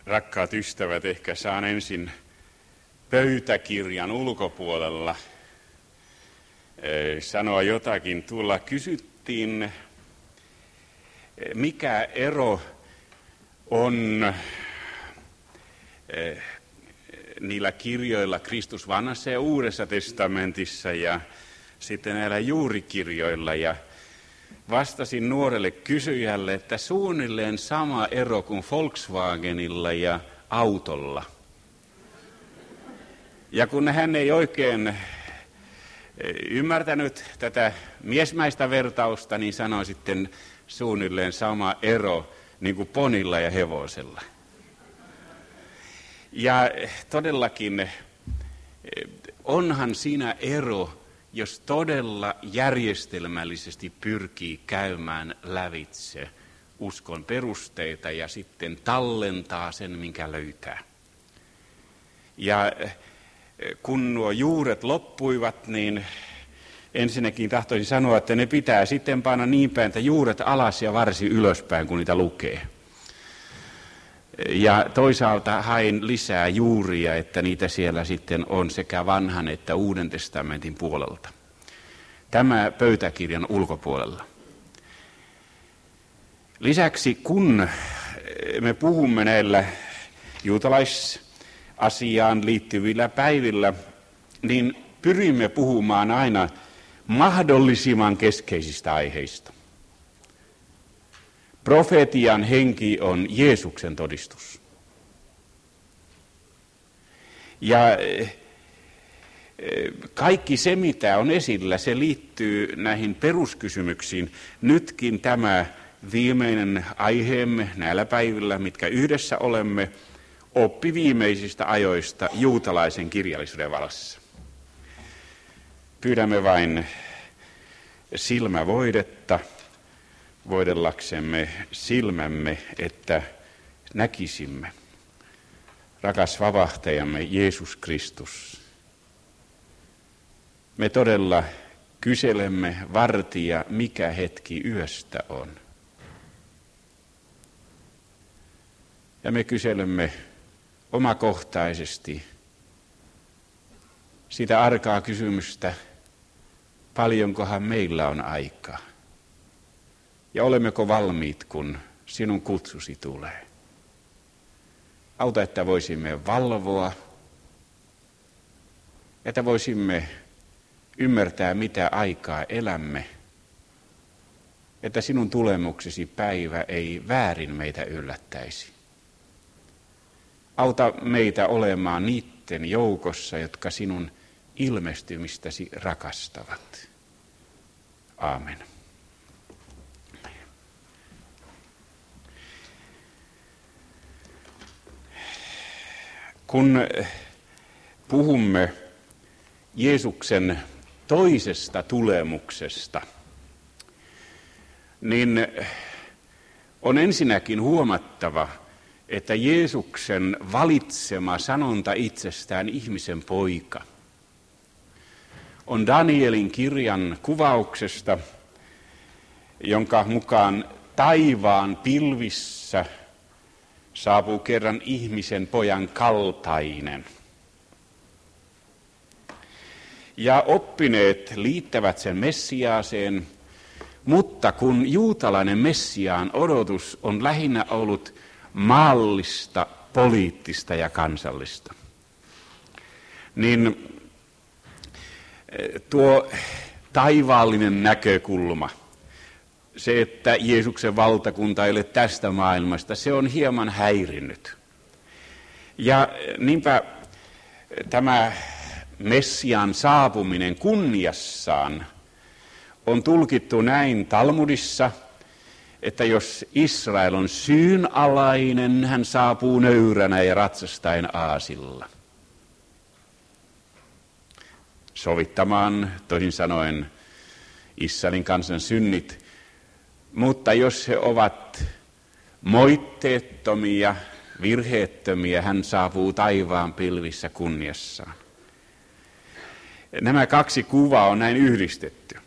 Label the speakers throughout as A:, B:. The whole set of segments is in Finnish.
A: Rakkaat ystävät, ehkä saan ensin pöytäkirjan ulkopuolella sanoa jotakin. Tuolla kysyttiin, mikä ero on niillä kirjoilla Kristus vanhassa ja uudessa testamentissa ja sitten näillä juurikirjoilla. Ja vastasin nuorelle kysyjälle, että suunnilleen sama ero kuin Volkswagenilla ja autolla. Ja kun hän ei oikein ymmärtänyt tätä miesmäistä vertausta, niin sanoi sitten suunnilleen sama ero niin kuin ponilla ja hevosella. Ja todellakin onhan siinä ero, jos todella järjestelmällisesti pyrkii käymään lävitse uskon perusteita ja sitten tallentaa sen, minkä löytää. Ja kun nuo juuret loppuivat, niin ensinnäkin tahtoisin sanoa, että ne pitää sitten panna niin päin, että juuret alas ja varsi ylöspäin, kun niitä lukee. Ja toisaalta hain lisää juuria, että niitä siellä sitten on sekä vanhan että uuden testamentin puolelta. Tämä pöytäkirjan ulkopuolella. Lisäksi kun me puhumme näillä juutalaisasiaan liittyvillä päivillä, niin pyrimme puhumaan aina mahdollisimman keskeisistä aiheista. Profetian henki on Jeesuksen todistus. Ja kaikki se, mitä on esillä, se liittyy näihin peruskysymyksiin. Nytkin tämä viimeinen aiheemme näillä päivillä, mitkä yhdessä olemme, oppi viimeisistä ajoista juutalaisen kirjallisuuden valossa. Pyydämme vain silmävoidetta, voidellaksemme silmämme, että näkisimme. Rakas vapahtajamme Jeesus Kristus, me todella kyselemme vartija, mikä hetki yöstä on. Ja me kyselemme omakohtaisesti sitä arkaa kysymystä, paljonkohan meillä on aikaa. Ja olemmeko valmiit, kun sinun kutsusi tulee? Auta, että voisimme valvoa, että voisimme ymmärtää, mitä aikaa elämme, että sinun tulemuksesi päivä ei väärin meitä yllättäisi. Auta meitä olemaan niiden joukossa, jotka sinun ilmestymistäsi rakastavat. Aamen. Kun puhumme Jeesuksen toisesta tulemuksesta, niin on ensinnäkin huomattava, että Jeesuksen valitsema sanonta itsestään ihmisen poika on Danielin kirjan kuvauksesta, jonka mukaan taivaan pilvissä saapuu kerran ihmisen pojan kaltainen. Ja oppineet liittävät sen Messiaaseen, mutta kun juutalainen Messiaan odotus on lähinnä ollut maallista, poliittista ja kansallista, niin tuo taivaallinen näkökulma, se, että Jeesuksen valtakunta ei ole tästä maailmasta, se on hieman häirinnyt. Ja niinpä tämä Messiaan saapuminen kunniassaan on tulkittu näin Talmudissa, että jos Israel on syynalainen, hän saapuu nöyränä ja ratsastaen aasilla. Sovittamaan, toisin sanoen, Israelin kansan synnit. Mutta jos he ovat moitteettomia, virheettömiä, hän saapuu taivaan pilvissä kunniassaan. Nämä kaksi kuvaa on näin yhdistetty.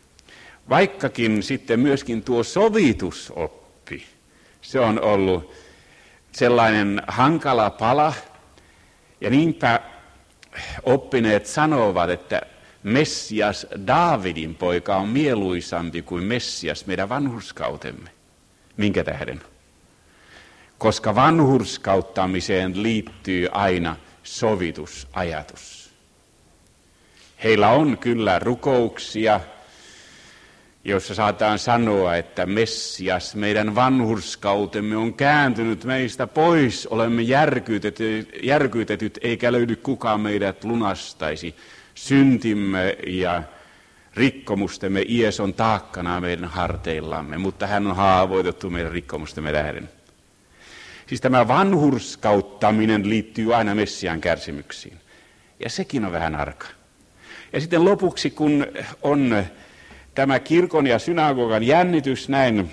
A: Vaikkakin sitten myöskin tuo sovitusoppi, se on ollut sellainen hankala pala, ja niinpä oppineet sanovat, että Messias Daavidin poika on mieluisampi kuin Messias meidän vanhurskautemme. Minkä tähden? Koska vanhurskauttamiseen liittyy aina sovitusajatus. Heillä on kyllä rukouksia, joissa saataan sanoa, että Messias, meidän vanhurskautemme on kääntynyt meistä pois, olemme järkytetyt, eikä löydy kukaan meidät lunastaisi. Syntimme ja rikkomustemme ies on taakkana meidän harteillamme, mutta hän on haavoitettu meidän rikkomustemme tähden. Siis tämä vanhurskauttaminen liittyy aina Messiaan kärsimyksiin, ja sekin on vähän arka. Ja sitten lopuksi, kun on tämä kirkon ja synagogan jännitys näin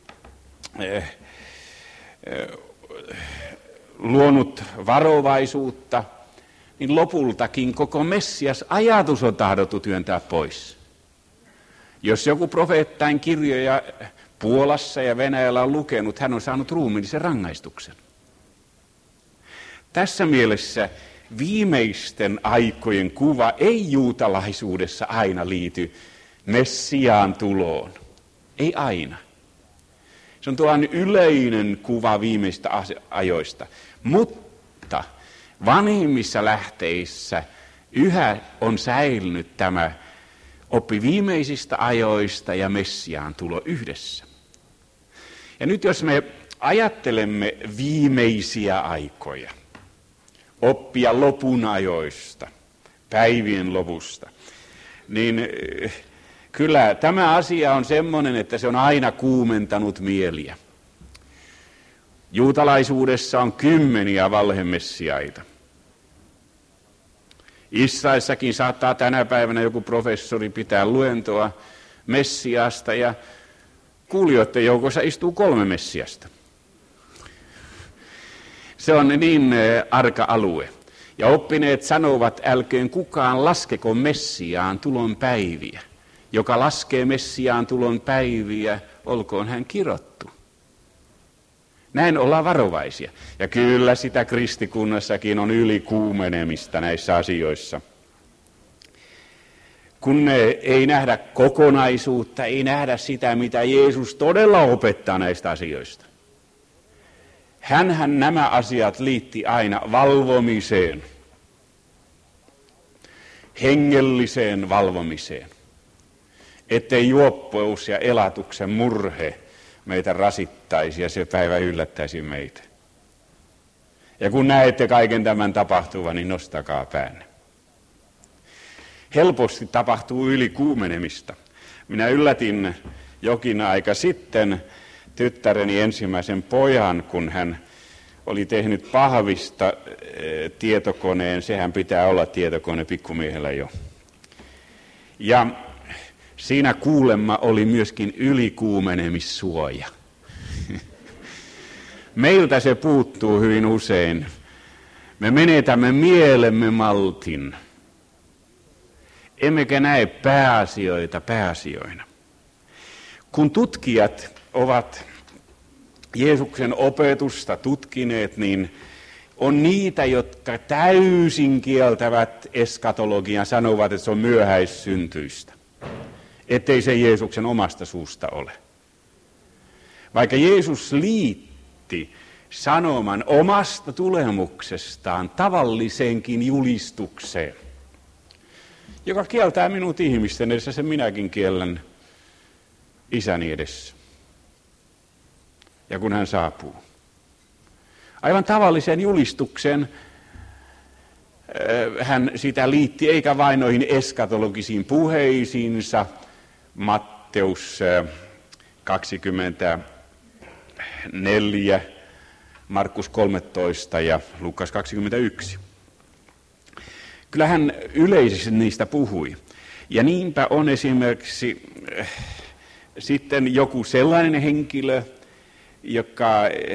A: luonut varovaisuutta, niin lopultakin koko Messias-ajatus on tahdottu työntää pois. Jos joku profeettain kirjoja Puolassa ja Venäjällä on lukenut, hän on saanut ruumiillisen rangaistuksen. Tässä mielessä viimeisten aikojen kuva ei juutalaisuudessa aina liity Messiaan tuloon. Ei aina. Se on tuollainen yleinen kuva viimeistä ajoista. Mutta vanhimmissa lähteissä yhä on säilynyt tämä oppi viimeisistä ajoista ja Messiaan tulo yhdessä. Ja nyt jos me ajattelemme viimeisiä aikoja, oppia lopun ajoista, päivien lopusta, niin kyllä tämä asia on semmoinen, että se on aina kuumentanut mieliä. Juutalaisuudessa on kymmeniä valhemessiaita. Israelissakin saattaa tänä päivänä joku professori pitää luentoa Messiasta ja kuulijoiden joukossa istuu 3 Messiasta. Se on niin arka alue. Ja oppineet sanovat, älköön kukaan laskeko Messiaan tulon päiviä. Joka laskee Messiaan tulon päiviä, olkoon hän kirottu. Näin ollaan varovaisia. Ja kyllä sitä kristikunnassakin on ylikuumenemista näissä asioissa. Kun ei nähdä kokonaisuutta, ei nähdä sitä, mitä Jeesus todella opettaa näistä asioista. Hänhän nämä asiat liitti aina valvomiseen, hengelliseen valvomiseen, ettei juoppous ja elatuksen murhe meitä rasittaisi ja se päivä yllättäisi meitä. Ja kun näette kaiken tämän tapahtuvan, niin nostakaa päänne. Helposti tapahtuu ylikuumenemista. Minä yllätin jokin aika sitten tyttäreni ensimmäisen pojan, kun hän oli tehnyt pahvista tietokoneen. Sehän pitää olla tietokone pikkumiehellä jo. Ja siinä kuulemma oli myöskin ylikuumenemissuoja. Meiltä se puuttuu hyvin usein. Me menetämme mielemme maltin. Emmekä näe pääasioita pääasioina. Kun tutkijat ovat Jeesuksen opetusta tutkineet, niin on niitä, jotka täysin kieltävät eskatologian, sanovat, että se on myöhäissyntyistä. Ettei se Jeesuksen omasta suusta ole. Vaikka Jeesus liitti sanoman omasta tulemuksestaan tavalliseenkin julistukseen, joka kieltää minut ihmisten edessä, sen minäkin kiellän isäni edessä. Ja kun hän saapuu. Aivan tavalliseen julistukseen hän sitä liitti, eikä vain noihin eskatologisiin puheisiinsa, Matteus 24, Markus 13 ja Lukas 21. Kyllä hän yleisesti niistä puhui. Ja niinpä on esimerkiksi sitten joku sellainen henkilö, joka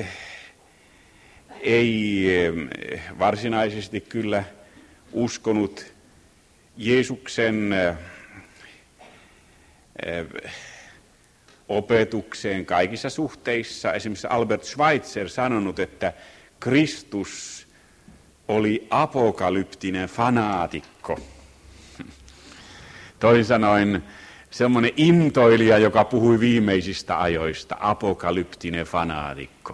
A: ei varsinaisesti kyllä uskonut Jeesuksen opetukseen kaikissa suhteissa. Esimerkiksi Albert Schweitzer sanonut, että Kristus oli apokalyptinen fanaatikko. Toisin sanoen semmoinen intoilija, joka puhui viimeisistä ajoista, apokalyptinen fanaatikko.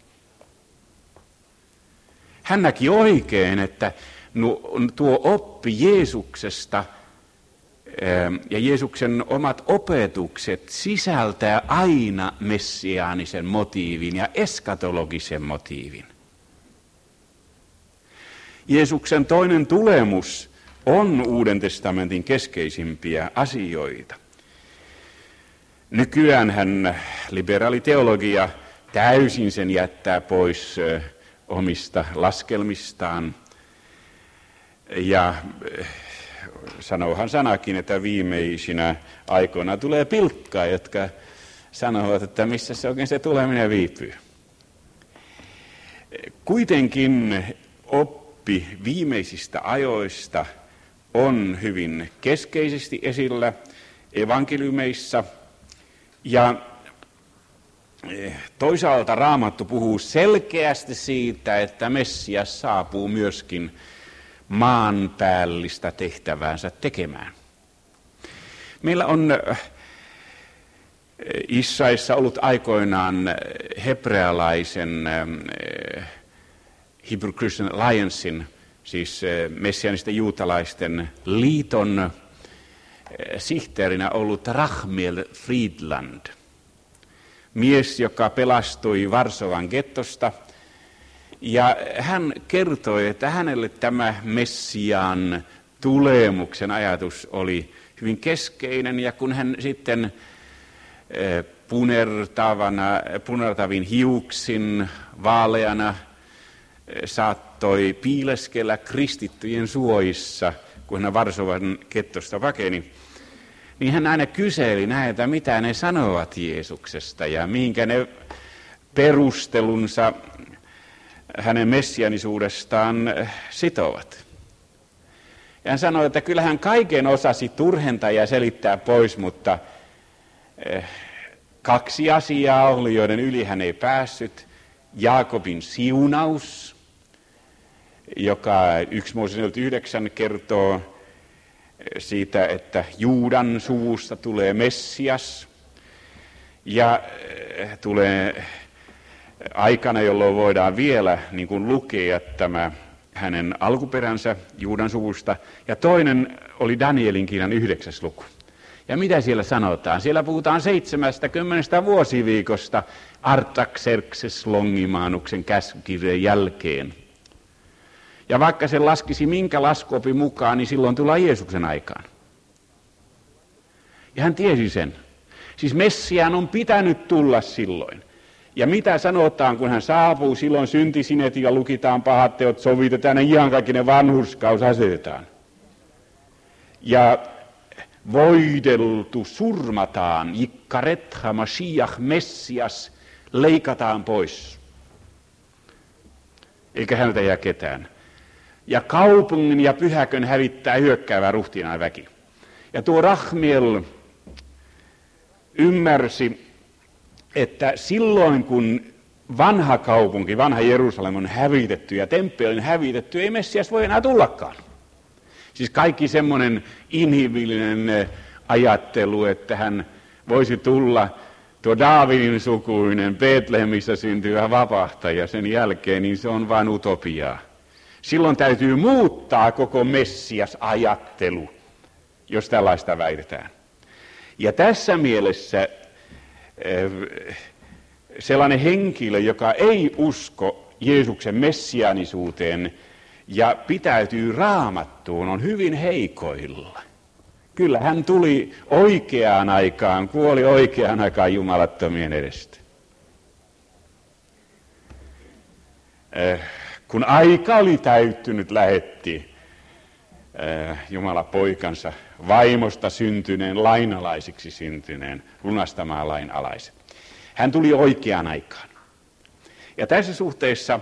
A: Hän näki oikein, että tuo oppi Jeesuksesta ja Jeesuksen omat opetukset sisältää aina messiaanisen motiivin ja eskatologisen motiivin. Jeesuksen toinen tulemus on Uuden testamentin keskeisimpiä asioita. Nykyäänhän liberaaliteologia täysin sen jättää pois omista laskelmistaan. Ja sanoohan sanakin, että viimeisinä aikoina tulee pilkkaa, jotka sanovat, että missä se oikein se tuleminen viipyy. Kuitenkin oppi viimeisistä ajoista on hyvin keskeisesti esillä evankeliumeissa. Ja toisaalta Raamattu puhuu selkeästi siitä, että Messias saapuu myöskin maanpäällistä tehtäväänsä tekemään. Meillä on Israelissa ollut aikoinaan hebrealaisen Hebrew Christian Alliancein, siis messianisten juutalaisten liiton sihteerinä ollut Rachmiel Friedland. Mies, joka pelastui Varsovan gettosta. Ja hän kertoi, että hänelle tämä Messiaan tulemuksen ajatus oli hyvin keskeinen. Ja kun hän sitten punertavin hiuksin, vaaleana saattoi piileskellä kristittyjen suojissa, kun hän Varsovan gettosta pakeni, niin hän aina kyseli näitä, mitä ne sanovat Jeesuksesta ja mihinkä ne perustelunsa hänen messianisuudestaan sitovat. Ja hän sanoi, että kyllähän kaiken osasi turhentaa ja selittää pois, mutta kaksi asiaa oli, joiden yli hän ei päässyt. Jaakobin siunaus, joka 1 Mooseksen 9 kertoo siitä, että Juudan suvusta tulee Messias ja tulee aikana, jolloin voidaan vielä niin kuin lukea tämä hänen alkuperänsä Juudan suvusta. Ja toinen oli Danielin kirjan 9. luku. Ja mitä siellä sanotaan? Siellä puhutaan 70 vuosiviikosta Artaxerxes Longimanuksen käskykirjan jälkeen. Ja vaikka se laskisi minkä laskuopin mukaan, niin silloin tullaan Jeesuksen aikaan. Ja hän tiesi sen. Siis Messiaan on pitänyt tulla silloin. Ja mitä sanotaan, kun hän saapuu, silloin syntisineet ja lukitaan pahat teot, sovitetaan ja ihan kaikki ne vanhurskaus asetetaan. Ja voideltu surmataan, Jikkaretha, Mashiach, Messias, leikataan pois. Eikä häneltä jää ketään. Ja kaupungin ja pyhäkön hävittää hyökkäävä ruhtinaan väki. Ja tuo Rachmiel ymmärsi, että silloin kun vanha kaupunki, vanha Jerusalem on hävitetty ja temppeli on hävitetty, ei Messias voi enää tullakaan. Siis kaikki semmoinen inhimillinen ajattelu, että hän voisi tulla tuo Daavidin sukuinen Betlehemissä syntyvä vapahtaja sen jälkeen, niin se on vain utopiaa. Silloin täytyy muuttaa koko Messias-ajattelu, jos tällaista väitetään. Ja tässä mielessä sellainen henkilö, joka ei usko Jeesuksen messiaanisuuteen ja pitäytyy Raamattuun, on hyvin heikoilla. Kyllä hän tuli oikeaan aikaan, kuoli oikeaan aikaan jumalattomien edestä. Kun aika oli täyttynyt, lähetti Jumala poikansa vaimosta syntyneen, lainalaisiksi syntyneen, lunastamaan lainalaiset. Hän tuli oikeaan aikaan. Ja tässä suhteessa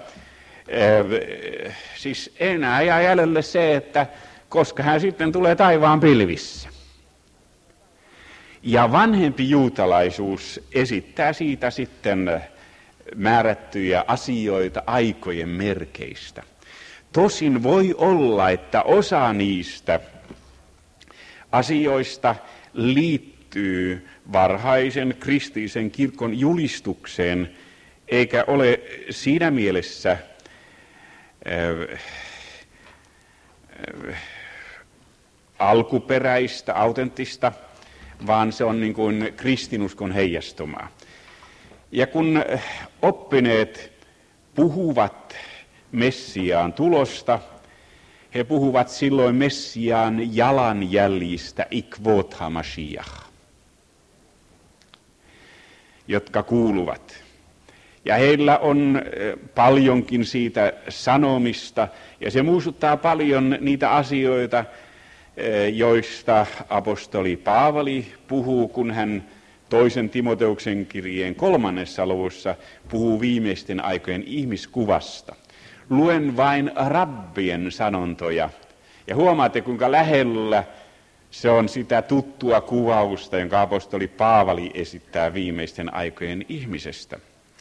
A: siis enää jää jäljelle se, että koska hän sitten tulee taivaan pilvissä. Ja vanhempi juutalaisuus esittää siitä sitten määrättyjä asioita aikojen merkeistä. Tosin voi olla, että osa niistä asioista liittyy varhaisen kristillisen kirkon julistukseen, eikä ole siinä mielessä alkuperäistä, autenttista, vaan se on niin kuin kristinuskon heijastumaa. Ja kun oppineet puhuvat Messiaan tulosta, he puhuvat silloin Messiaan jalanjäljistä, ikvot hamashiach, jotka kuuluvat. Ja heillä on paljonkin siitä sanomista, ja se muistuttaa paljon niitä asioita, joista apostoli Paavali puhuu, kun hän 2. Timoteuksen kirjeen 3. luvussa puhuu viimeisten aikojen ihmiskuvasta. Luen vain rabbien sanontoja, ja huomaatte, kuinka lähellä se on sitä tuttua kuvausta, jonka apostoli Paavali esittää viimeisten aikojen ihmisestä.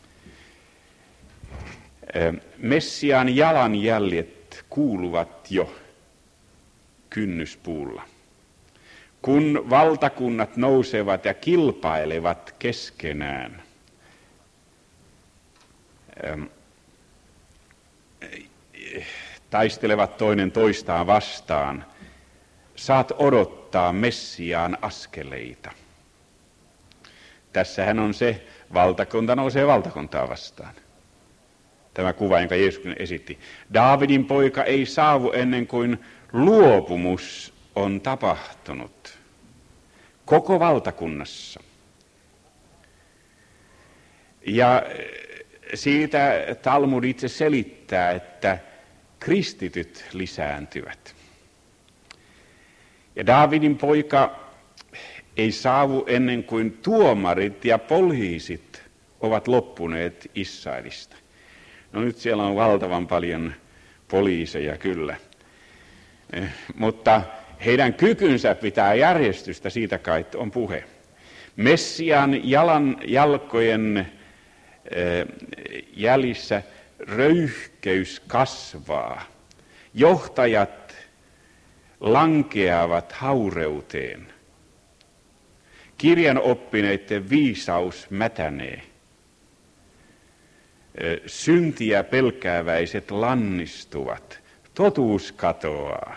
A: Messiaan jalanjäljet kuuluvat jo kynnyspuulla. Kun valtakunnat nousevat ja kilpailevat keskenään, taistelevat toinen toistaan vastaan, saat odottaa Messiaan askeleita. Tässähän on se, valtakunta nousee valtakuntaa vastaan. Tämä kuva, jonka Jeesus esitti. Daavidin poika ei saavu ennen kuin luopumus on tapahtunut koko valtakunnassa. Ja siitä Talmud itse selittää, että kristityt lisääntyvät. Ja Daavidin poika ei saavu ennen kuin tuomarit ja poliisit ovat loppuneet Israelista. No nyt siellä on valtavan paljon poliiseja kyllä, mutta heidän kykynsä pitää järjestystä, siitä kai on puhe. Messiaan jalkojen jäljissä röyhkeys kasvaa. Johtajat lankeavat haureuteen. Kirjanoppineiden viisaus mätänee. Syntiä pelkääväiset lannistuvat. Totuus katoaa.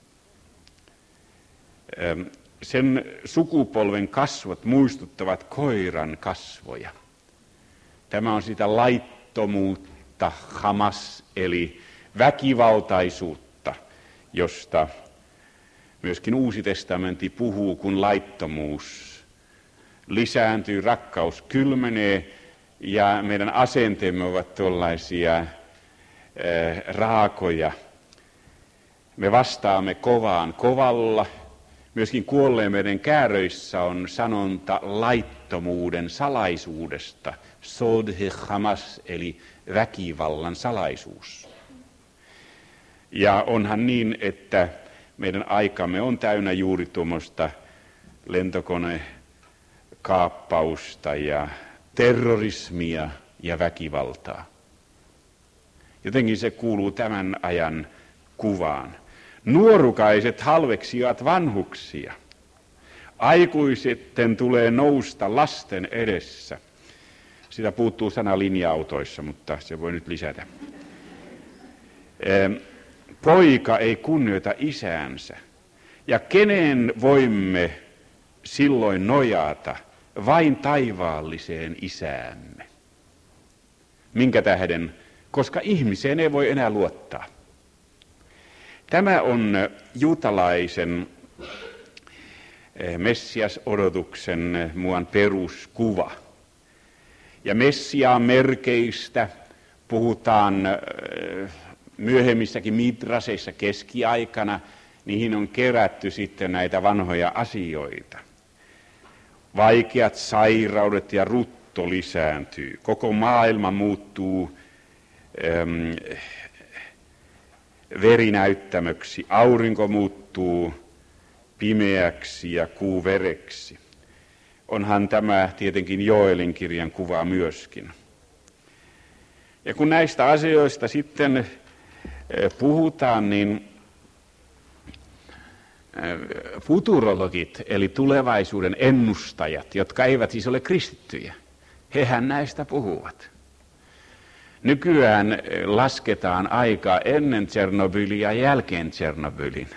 A: Sen sukupolven kasvot muistuttavat koiran kasvoja. Tämä on sitä laittomuutta, hamas, eli väkivaltaisuutta, josta myöskin Uusi testamentti puhuu, kun laittomuus lisääntyy, rakkaus kylmenee ja meidän asenteemme ovat tuollaisia raakoja. Me vastaamme kovaan kovalla. Myöskin kuolleiden kääröissä on sanonta laittomuuden salaisuudesta, sod hamas, eli väkivallan salaisuus. Ja onhan niin, että meidän aikamme on täynnä juuri tuommoista lentokonekaappausta ja terrorismia ja väkivaltaa. Jotenkin se kuuluu tämän ajan kuvaan. Nuorukaiset halveksivat vanhuksia. Aikuisten tulee nousta lasten edessä. Sitä puuttuu sana linja-autoissa, mutta se voi nyt lisätä. Poika ei kunnioita isäänsä. Ja kenen voimme silloin nojata? Vain taivaalliseen isäämme. Minkä tähden? Koska ihmiseen ei voi enää luottaa. Tämä on juutalaisen Messias-odotuksen muun peruskuva. Ja Messiaan merkeistä puhutaan myöhemmissäkin midraseissa keskiaikana. Niihin on kerätty sitten näitä vanhoja asioita. Vaikeat sairaudet ja rutto lisääntyy. Koko maailma muuttuu verinäyttämöksi. Aurinko muuttuu pimeäksi ja kuu vereksi. onhan tämä tietenkin Joelin kirjan kuva myöskin. Ja kun näistä asioista sitten puhutaan, niin futurologit, eli tulevaisuuden ennustajat, jotka eivät siis ole kristittyjä, hehän näistä puhuvat. Nykyään lasketaan aikaa ennen Tsernobylia ja jälkeen Tšernobylin.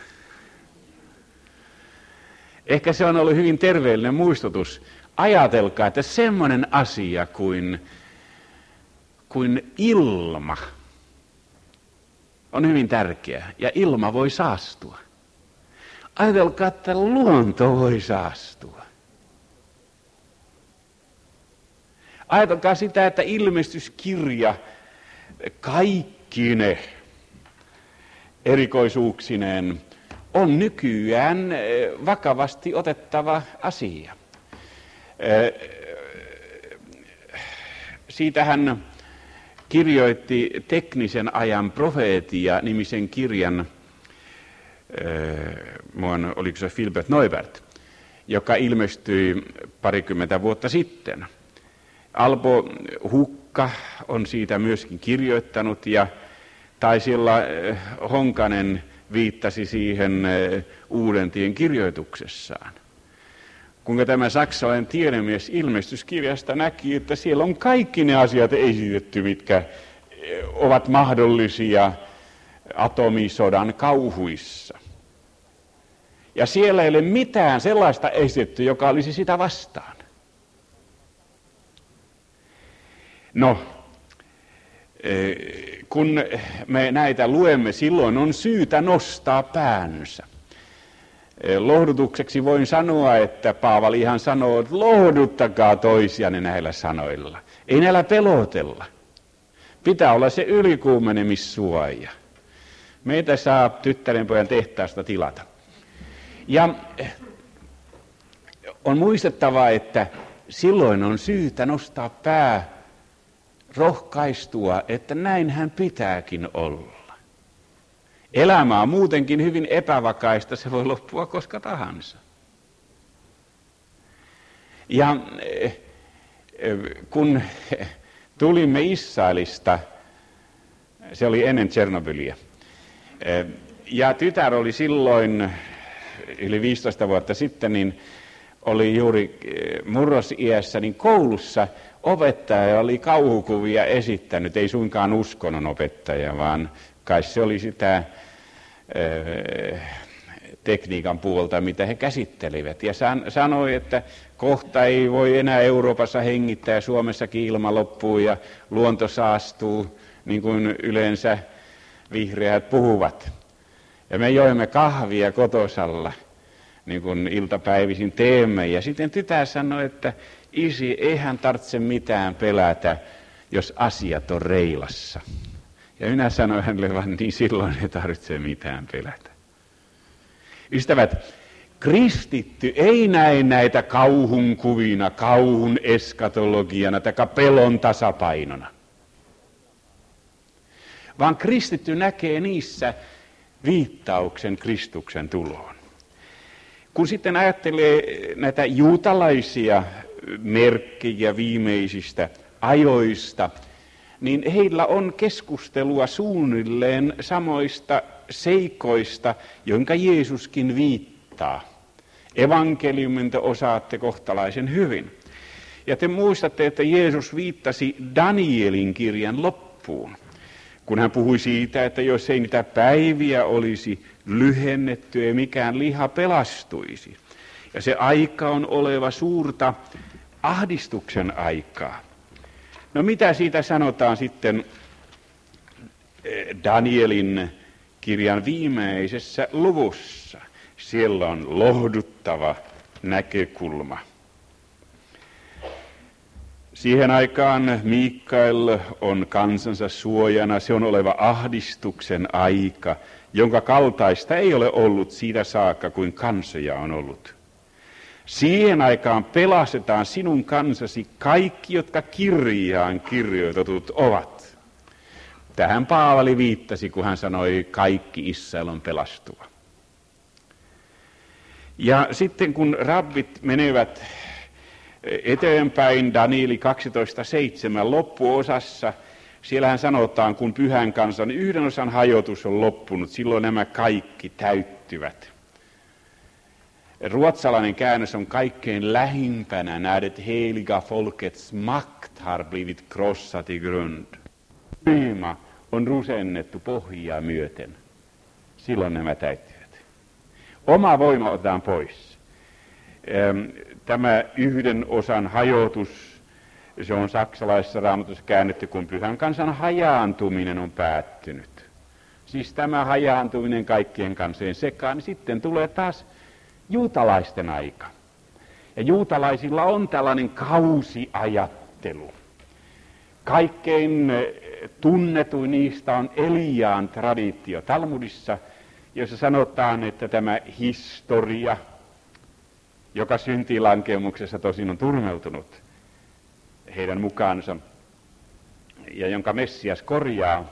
A: Ehkä se on ollut hyvin terveellinen muistutus. Ajatelkaa, että semmoinen asia kuin ilma on hyvin tärkeä, ja ilma voi saastua. Ajatelkaa, että luonto voi saastua. Ajatelkaa sitä, että ilmestyskirja kaikkine erikoisuuksineen on nykyään vakavasti otettava asia. Siitähän kirjoitti Teknisen ajan profeetia-nimisen kirjan, oliko se Philbert Neubert, joka ilmestyi parikymmentä vuotta sitten. Alpo Hukka on siitä myöskin kirjoittanut, ja taisi olla Honkanen viittasi siihen Uudentien kirjoituksessaan. Kuinka tämä saksalainen tiedemies ilmestyskirjasta näki, että siellä on kaikki ne asiat esitetty, mitkä ovat mahdollisia atomisodan kauhuissa. Ja siellä ei ole mitään sellaista esitetty, joka olisi sitä vastaan. No, kun me näitä luemme, silloin on syytä nostaa päänsä. Lohdutukseksi voin sanoa, että Paavalihan sanoo, että lohduttakaa toisianne näillä sanoilla. Ei näillä pelotella. Pitää olla se ylikuumenemissuoja. Meitä saa tyttärenpojan tehtaasta tilata. Ja on muistettava, että silloin on syytä nostaa pää, rohkaistua, että näinhän pitääkin olla. Elämä on muutenkin hyvin epävakaista, se voi loppua koska tahansa. Ja kun tulimme Israelista, se oli ennen Tšernobyliä, ja tytär oli silloin yli 15 vuotta sitten, niin oli juuri murrosiässä, niin koulussa opettaja oli kauhukuvia esittänyt, ei suinkaan uskonnon opettaja, vaan kai se oli sitä tekniikan puolta, mitä he käsittelivät. Ja sanoi, että kohta ei voi enää Euroopassa hengittää ja Suomessakin ilma loppuu ja luonto saastuu, niin kuin yleensä vihreät puhuvat. Ja me joimme kahvia kotosalla, niin kuin iltapäivisin teemme. Ja sitten tytär sanoi, että isi, eihän tarvitse mitään pelätä, jos asiat on reilassa. Ja minä sanoin hänelle vaan, niin silloin ei tarvitse mitään pelätä. Ystävät, kristitty ei näe näitä kauhun kuvina, kauhun eskatologiana tai pelon tasapainona. Vaan kristitty näkee niissä viittauksen Kristuksen tuloon. Kun sitten ajattelee näitä juutalaisia merkkejä viimeisistä ajoista, niin heillä on keskustelua suunnilleen samoista seikoista, jonka Jeesuskin viittaa. Evankeliumin te osaatte kohtalaisen hyvin. Ja te muistatte, että Jeesus viittasi Danielin kirjan loppuun, kun hän puhui siitä, että jos ei niitä päiviä olisi lyhennetty, ei mikään liha pelastuisi. Ja se aika on oleva suurta ahdistuksen aikaa. No mitä siitä sanotaan sitten Danielin kirjan viimeisessä luvussa? Siellä on lohduttava näkökulma. Siihen aikaan Mikael on kansansa suojana, se on oleva ahdistuksen aika, jonka kaltaista ei ole ollut siitä saakka, kuin kansoja on ollut. Siihen aikaan pelastetaan sinun kansasi kaikki, jotka kirjaan kirjoitetut ovat. Tähän Paavali viittasi, kun hän sanoi, kaikki Israel on pelastuva. Ja sitten kun rabbit menevät Eteenpäin Danieli 12.7 loppuosassa, siellähän sanotaan, kun pyhän kansan yhden osan hajotus on loppunut, silloin nämä kaikki täyttyvät. Ruotsalainen käännös on kaikkein lähimpänä, näet heliga folkets makt har blivit krossat i grund. Voima on rusennettu pohjaa myöten. Silloin nämä täyttyvät. Oma voima otetaan pois. Tämä yhden osan hajotus, se on saksalaisessa raamatussa käännetty, kun pyhän kansan hajaantuminen on päättynyt. Siis tämä hajaantuminen kaikkien kansojen sekaan, niin sitten tulee taas juutalaisten aika. Ja juutalaisilla on tällainen kausiajattelu. Kaikkein tunnetuin niistä on Eliaan traditio Talmudissa, jossa sanotaan, että tämä historia, joka syntilankemuksessa tosin on turmeltunut heidän mukaansa, ja jonka Messias korjaa,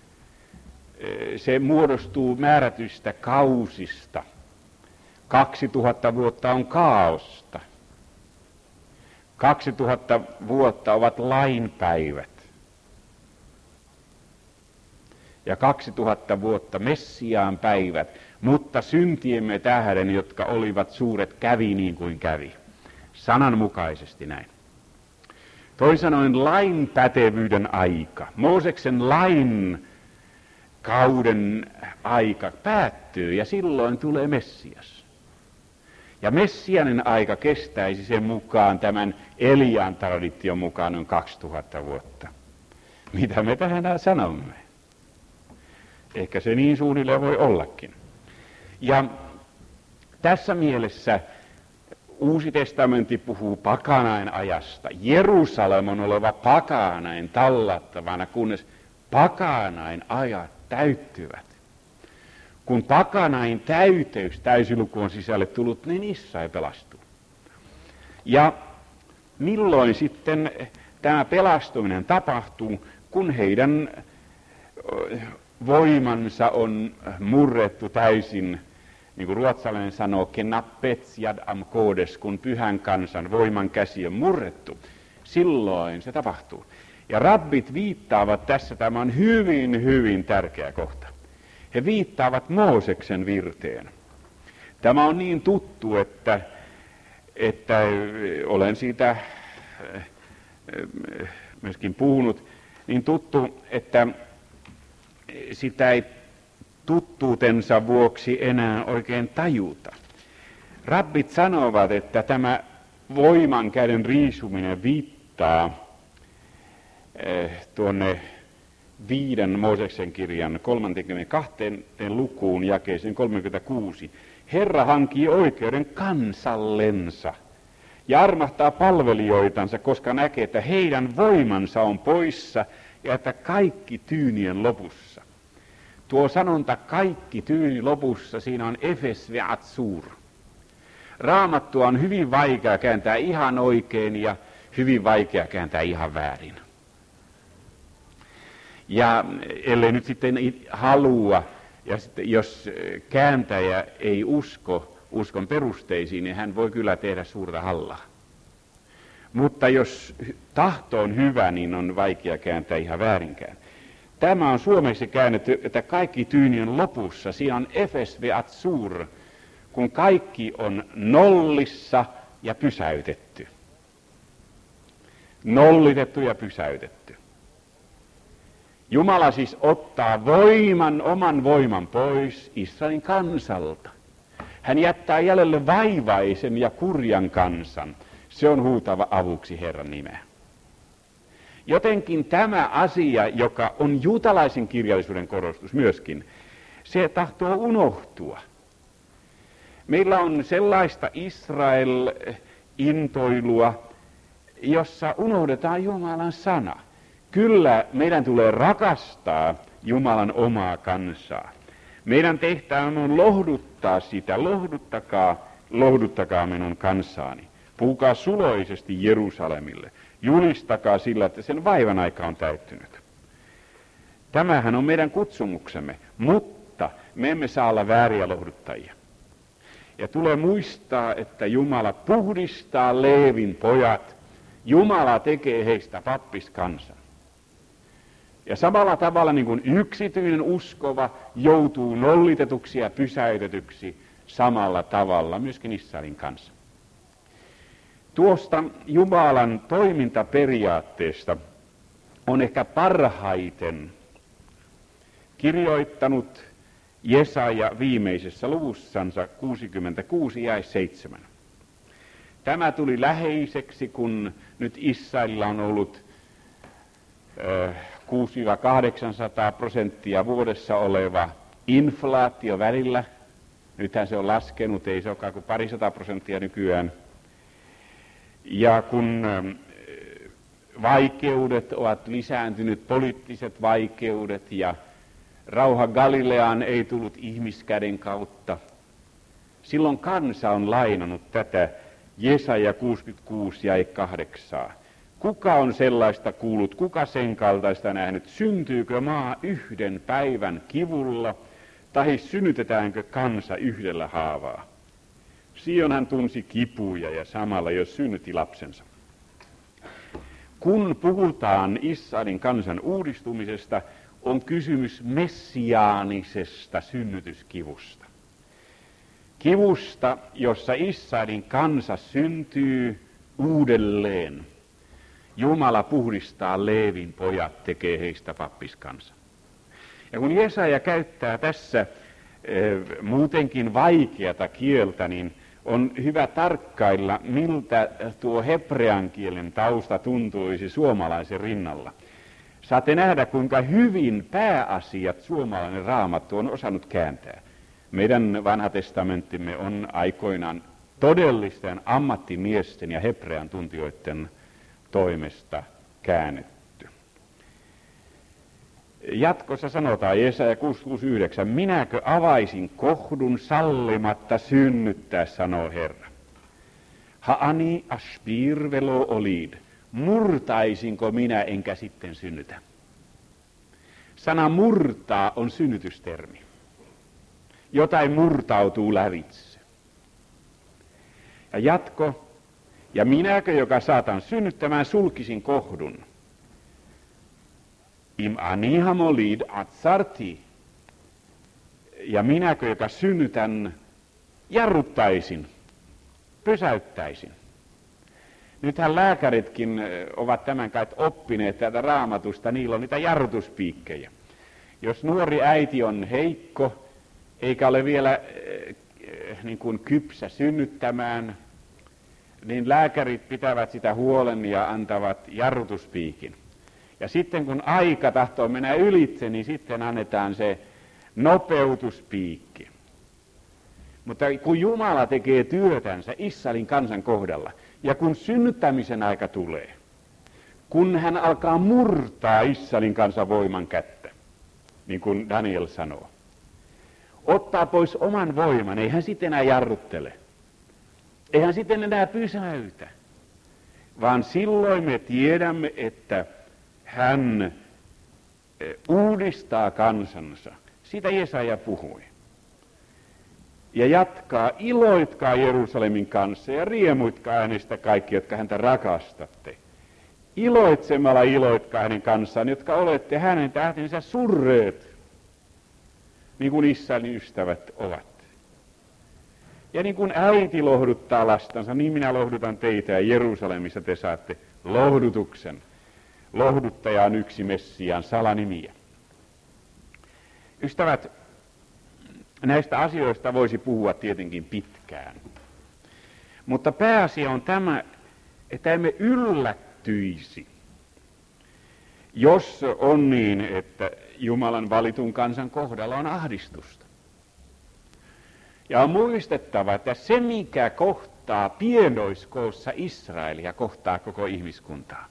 A: se muodostuu määrätyistä kausista. 2000 vuotta on kaaosta. 2000 vuotta ovat lainpäivät. Ja 2000 vuotta Messiaan päivät, mutta syntiemme tähden, jotka olivat suuret, kävi niin kuin kävi. Sananmukaisesti näin. Toisin sanoen lain pätevyyden aika, Mooseksen lain kauden aika päättyy ja silloin tulee Messias. Ja messianen aika kestäisi sen mukaan tämän Eliaan tradition mukaan noin 2000 vuotta. Mitä me tähän sanomme? Ehkä se niin suunnilleen voi ollakin. Ja tässä mielessä Uusi testamentti puhuu pakanain ajasta. Jerusalem on oleva pakanain tallattavana, kunnes pakanain ajat täyttyvät. Kun pakanain täyteys, täysiluku on sisälle tullut, niin Israel pelastuu. Ja milloin sitten tämä pelastuminen tapahtuu, kun heidän voimansa on murrettu täysin, niin kuin ruotsalainen sanoo, kenappetsjad am kodes, kun pyhän kansan voiman käsi on murrettu, silloin se tapahtuu. Ja rabbit viittaavat tässä, tämä on hyvin, hyvin tärkeä kohta. He viittaavat Mooseksen virteen. Tämä on niin tuttu, että olen siitä myöskin puhunut, niin tuttu, että sitä ei tuttuutensa vuoksi enää oikein tajuta. Rabbit sanovat, että tämä voiman käden riisuminen viittaa tuonne 5. Mooseksen kirjan 32. lukuun jakeeseen 36. Herra hankii oikeuden kansallensa ja armahtaa palvelijoitansa, koska näkee, että heidän voimansa on poissa ja että kaikki tyynien lopussa. Tuo sanonta kaikki tyyni lopussa, siinä on efes ve'atsur. Raamattua on hyvin vaikea kääntää ihan oikein ja hyvin vaikea kääntää ihan väärin. Ja ellei nyt sitten halua, ja sitten jos kääntäjä ei uskon perusteisiin, niin hän voi kyllä tehdä suurta hallaa. Mutta jos tahto on hyvä, niin on vaikea kääntää ihan väärinkään. Tämä on suomeksi käännetty, että kaikki tyynien lopussa, siinä on efes ve'atsur, kun kaikki on nollissa ja pysäytetty. Nollitettu ja pysäytetty. Jumala siis ottaa oman voiman pois Israelin kansalta. Hän jättää jäljelle vaivaisen ja kurjan kansan. Se on huutava avuksi Herran nimeä. Jotenkin tämä asia, joka on juutalaisen kirjallisuuden korostus myöskin, se tahtoo unohtua. Meillä on sellaista Israel-intoilua, jossa unohdetaan Jumalan sana. Kyllä meidän tulee rakastaa Jumalan omaa kansaa. Meidän tehtävä on lohduttaa sitä, lohduttakaa minun kansaani. Puhukaa suloisesti Jerusalemille. Julistakaa sillä, että sen vaivan aika on täyttynyt. Tämähän on meidän kutsumuksemme, mutta me emme saa olla vääriä lohduttajia. Ja tulee muistaa, että Jumala puhdistaa Leevin pojat. Jumala tekee heistä pappiskansan. Ja samalla tavalla niin kuin yksityinen uskova joutuu nollitetuksi ja pysäytetyksi, samalla tavalla myöskin Israelin kanssa. Tuosta Jumalan toimintaperiaatteesta on ehkä parhaiten kirjoittanut Jesaja viimeisessä luvussansa 66 jae 7. Tämä tuli läheiseksi, kun nyt Israelilla on ollut 600–800% vuodessa oleva inflaatio välillä. Nythän se on laskenut, ei se olekaan kuin 200% nykyään. Ja kun vaikeudet ovat lisääntyneet, poliittiset vaikeudet ja rauha Galileaan ei tullut ihmiskäden kautta, silloin kansa on lainannut tätä Jesaja 66 jae 8. Kuka on sellaista kuullut, kuka sen kaltaista nähnyt, syntyykö maa yhden päivän kivulla, tai synnytetäänkö kansa yhdellä haavaa? Sion hän tunsi kipuja ja samalla jo synnytti lapsensa. Kun puhutaan Israelin kansan uudistumisesta, on kysymys messiaanisesta synnytyskivusta. Kivusta, jossa Israelin kansa syntyy uudelleen. Jumala puhdistaa Leevin pojat, tekee heistä pappiskansa. Ja kun Jesaja käyttää tässä muutenkin vaikeata kieltä, niin on hyvä tarkkailla, miltä tuo hebrean kielen tausta tuntuisi suomalaisen rinnalla. Saatte nähdä, kuinka hyvin pääasiat suomalainen raamattu on osannut kääntää. Meidän vanha testamenttimme on aikoinaan todellisten ammattimiesten ja hebrean tuntijoiden toimesta käännetty. Jatkossa sanotaan Jesaja 6:9, minäkö avaisin kohdun sallimatta synnyttää, sanoo Herra. Haani ashbir velo olid, murtaisinko minä enkä sitten synnytä. Sana murtaa on synnytystermi. Jotain murtautuu lävitse. Ja jatko, ja minäkö, joka saatan synnyttämään, sulkisin kohdun. Im anihamolid atsarti. Ja minäkö, joka synnytän, jarruttaisin, pysäyttäisin. Nythän lääkäritkin ovat tämän kai oppineet täältä Raamatusta, niillä on niitä jarrutuspiikkejä. Jos nuori äiti on heikko, eikä ole vielä niin kuin kypsä synnyttämään, niin lääkärit pitävät sitä huolen ja antavat jarrutuspiikin. Ja sitten kun aika tahtoo mennä ylitse, niin sitten annetaan se nopeutuspiikki. Mutta kun Jumala tekee työtänsä Israelin kansan kohdalla, ja kun synnyttämisen aika tulee, kun hän alkaa murtaa Israelin kansan voiman kättä, niin kuin Daniel sanoo, ottaa pois oman voiman, ei hän sitten enää jarruttele, ei hän sitten enää pysäytä, vaan silloin me tiedämme, että hän uudistaa kansansa. Siitä Jesaja puhui. Ja jatkaa, iloitkaa Jerusalemin kanssa ja riemuitkaa hänestä kaikki, jotka häntä rakastatte. Iloitsemalla iloitkaa hänen kanssaan, jotka olette hänen tähtensä surreet, niin kuin Israelin ystävät ovat. Ja niin kuin äiti lohduttaa lastansa, niin minä lohdutan teitä, ja Jerusalemissa te saatte lohdutuksen. Lohduttaja on yksi Messiaan salanimiä. Ystävät, näistä asioista voisi puhua tietenkin pitkään. Mutta pääasia on tämä, että emme yllättyisi, jos on niin, että Jumalan valitun kansan kohdalla on ahdistusta. Ja on muistettava, että se mikä kohtaa pienoiskoossa Israelia, kohtaa koko ihmiskuntaa.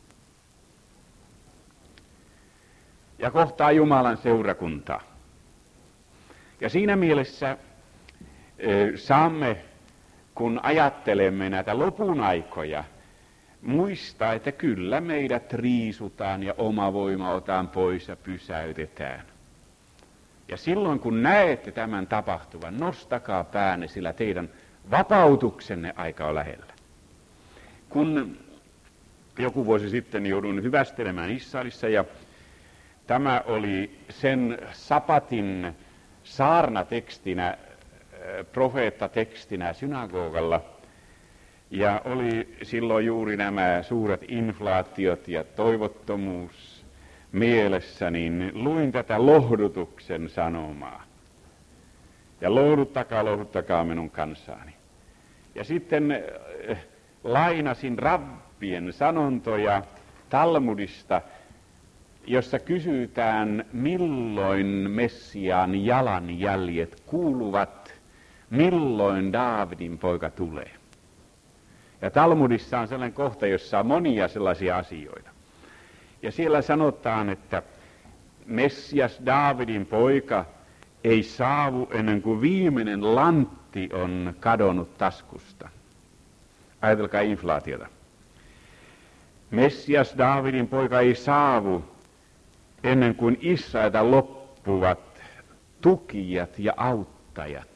A: Ja kohtaa Jumalan seurakuntaa. Ja siinä mielessä saamme, kun ajattelemme näitä lopun aikoja, muistaa, että kyllä meidät riisutaan ja oma voima otetaan pois ja pysäytetään. Ja silloin kun näette tämän tapahtuvan, nostakaa päänne, sillä teidän vapautuksenne aika on lähellä. Kun joku vuosi sitten jouduin hyvästelemään Israelissa ja tämä oli sen sapatin saarnatekstinä, profeettatekstinä synagogalla. Ja oli silloin juuri nämä suuret inflaatiot ja toivottomuus mielessä, niin luin tätä lohdutuksen sanomaa. Ja lohduttakaa minun kansaani. Ja sitten lainasin rabbien sanontoja Talmudista, jossa kysytään, milloin Messiaan jalanjäljet kuuluvat, milloin Daavidin poika tulee. Ja Talmudissa on sellainen kohta, jossa on monia sellaisia asioita. Ja siellä sanotaan, että Messias Daavidin poika ei saavu ennen kuin viimeinen lantti on kadonnut taskusta. Ajatelkaa inflaatiota. Messias Daavidin poika ei saavu ennen kuin Israelta loppuvat tukijat ja auttajat.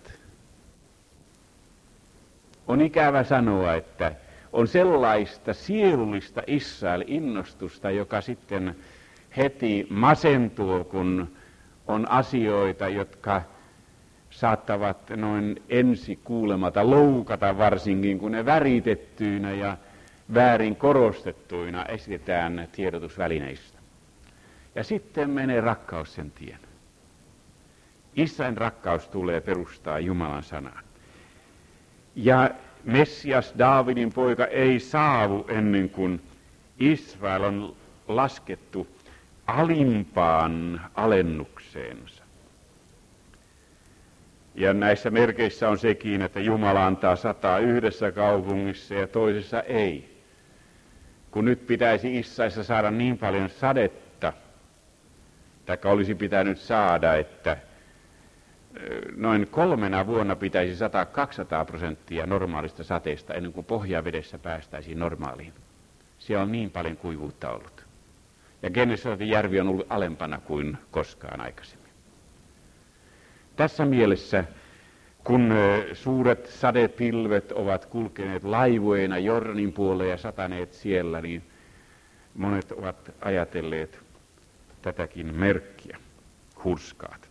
A: On ikävä sanoa, että on sellaista sielullista Israel-innostusta, joka sitten heti masentuu, kun on asioita, jotka saattavat noin ensi kuulemata loukata, varsinkin kun ne väritettyinä ja väärin korostettuina esitetään tiedotusvälineistä. Ja sitten menee rakkaus sen tien. Israelin rakkaus tulee perustaa Jumalan sanaan. Ja Messias Daavidin poika ei saavu ennen kuin Israel on laskettu alimpaan alennukseensa. Ja näissä merkeissä on sekin, että Jumala antaa 100 yhdessä kaupungissa ja toisessa ei. Kun nyt pitäisi Israelissa saada niin paljon sadetta, taikka olisi pitänyt saada, että noin 3 vuonna pitäisi 100-200% normaalista sateesta ennen kuin pohjavedessä päästäisiin normaaliin. Siellä on niin paljon kuivuutta ollut. Ja Genesaretin järvi on ollut alempana kuin koskaan aikaisemmin. Tässä mielessä, kun suuret sadepilvet ovat kulkeneet laivoina Jordanin puoleen ja sataneet siellä, niin monet ovat ajatelleet tätäkin merkkiä, hurskaat.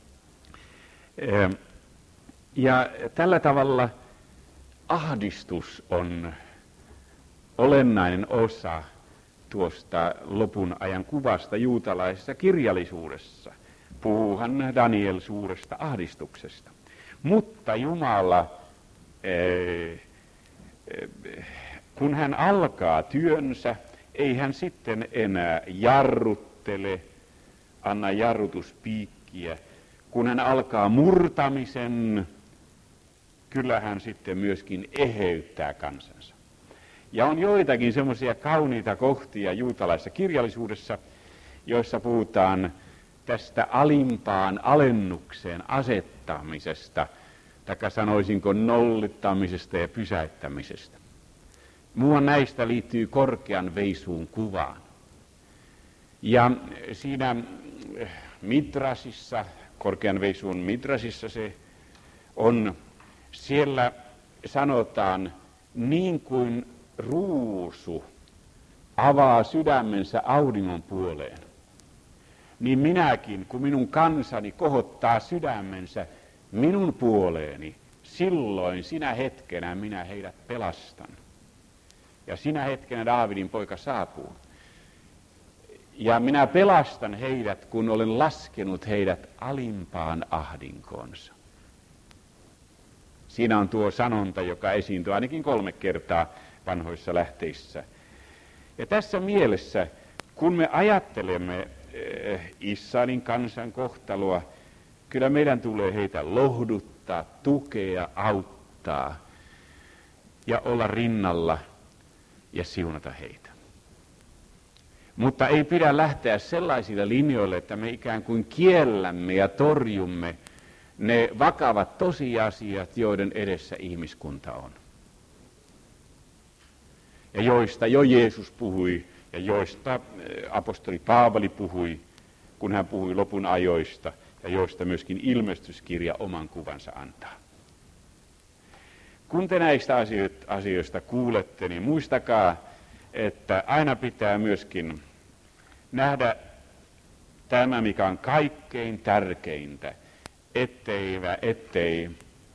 A: Ja tällä tavalla ahdistus on olennainen osa tuosta lopun ajan kuvasta juutalaisessa kirjallisuudessa. Puhuuhan Daniel suuresta ahdistuksesta. Mutta Jumala, kun hän alkaa työnsä, ei hän sitten enää jarruttele, anna jarrutuspiikkiä. Kun hän alkaa murtamisen, kyllä hän sitten myöskin eheyttää kansansa. Ja on joitakin semmoisia kauniita kohtia juutalaisessa kirjallisuudessa, joissa puhutaan tästä alimpaan alennukseen asettamisesta, taikka sanoisinko nollittamisesta ja pysäyttämisestä. Muuan näistä liittyy korkean veisuun kuvaan. Ja siinä Midrasissa, korkean veisuun Midrasissa se on, siellä sanotaan niin kuin ruusu avaa sydämensä auringon puoleen, niin minäkin, kun minun kansani kohottaa sydämensä minun puoleeni, silloin sinä hetkenä minä heidät pelastan. Ja sinä hetkenä Daavidin poika saapuu. Ja minä pelastan heidät, kun olen laskenut heidät alimpaan ahdinkoonsa. Siinä on tuo sanonta, joka esiintyy ainakin 3 kertaa vanhoissa lähteissä. Ja tässä mielessä, kun me ajattelemme Israelin kansan kohtaloa, kyllä meidän tulee heitä lohduttaa, tukea, auttaa ja olla rinnalla ja siunata heitä. Mutta ei pidä lähteä sellaisille linjoille, että me ikään kuin kiellämme ja torjumme ne vakavat tosiasiat, joiden edessä ihmiskunta on. Ja joista jo Jeesus puhui ja joista apostoli Paavali puhui, kun hän puhui lopun ajoista asioista, joista myöskin ilmestyskirja oman kuvansa antaa. Kun te näistä asioista kuulette, niin muistakaa, että aina pitää myöskin nähdä tämä, mikä on kaikkein tärkeintä, ettei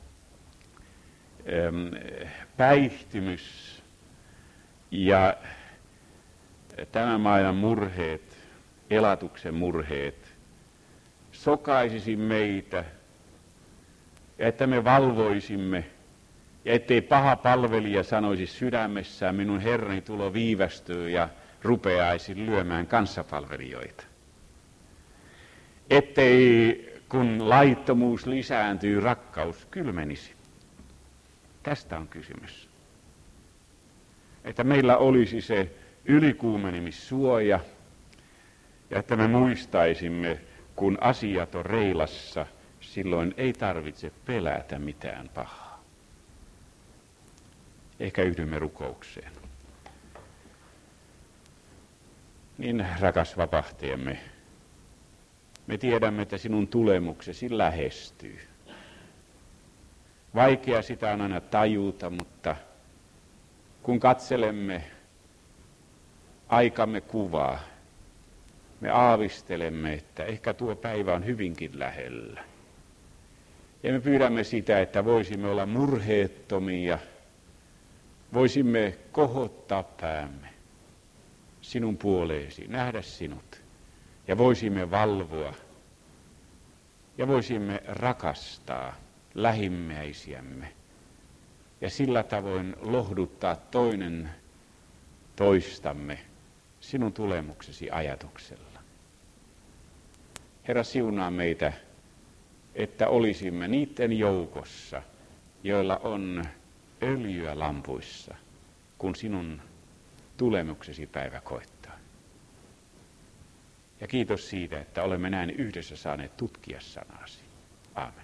A: päihtymys ja tämän maailman murheet, elatuksen murheet, sokaisisi meitä, ja että me valvoisimme, ja ettei paha palvelija sanoisi sydämessään, minun Herrani tulo viivästyy, ja rupeaisi lyömään kanssapalvelijoita. Ettei, kun laittomuus lisääntyy, rakkaus kylmenisi. Tästä on kysymys. Että meillä olisi se ylikuumenemissuoja, ja että me muistaisimme, kun asiat on reilassa, silloin ei tarvitse pelätä mitään pahaa. Ehkä yhdymme rukoukseen. Niin rakas vapahtajamme, me tiedämme, että sinun tulemuksesi lähestyy. Vaikea sitä on aina tajuta, mutta kun katselemme aikamme kuvaa, me aavistelemme, että ehkä tuo päivä on hyvinkin lähellä. Ja me pyydämme sitä, että voisimme olla murheettomia, voisimme kohottaa päämme sinun puoleesi, nähdä sinut, ja voisimme valvoa, ja voisimme rakastaa lähimmäisiämme, ja sillä tavoin lohduttaa toinen toistamme sinun tulemuksesi ajatuksella. Herra, siunaa meitä, että olisimme niiden joukossa, joilla on öljyä lampuissa, kun sinun tulemuksesi päivä koittaa. Ja kiitos siitä, että olemme näin yhdessä saaneet tutkia sanasi. Aamen.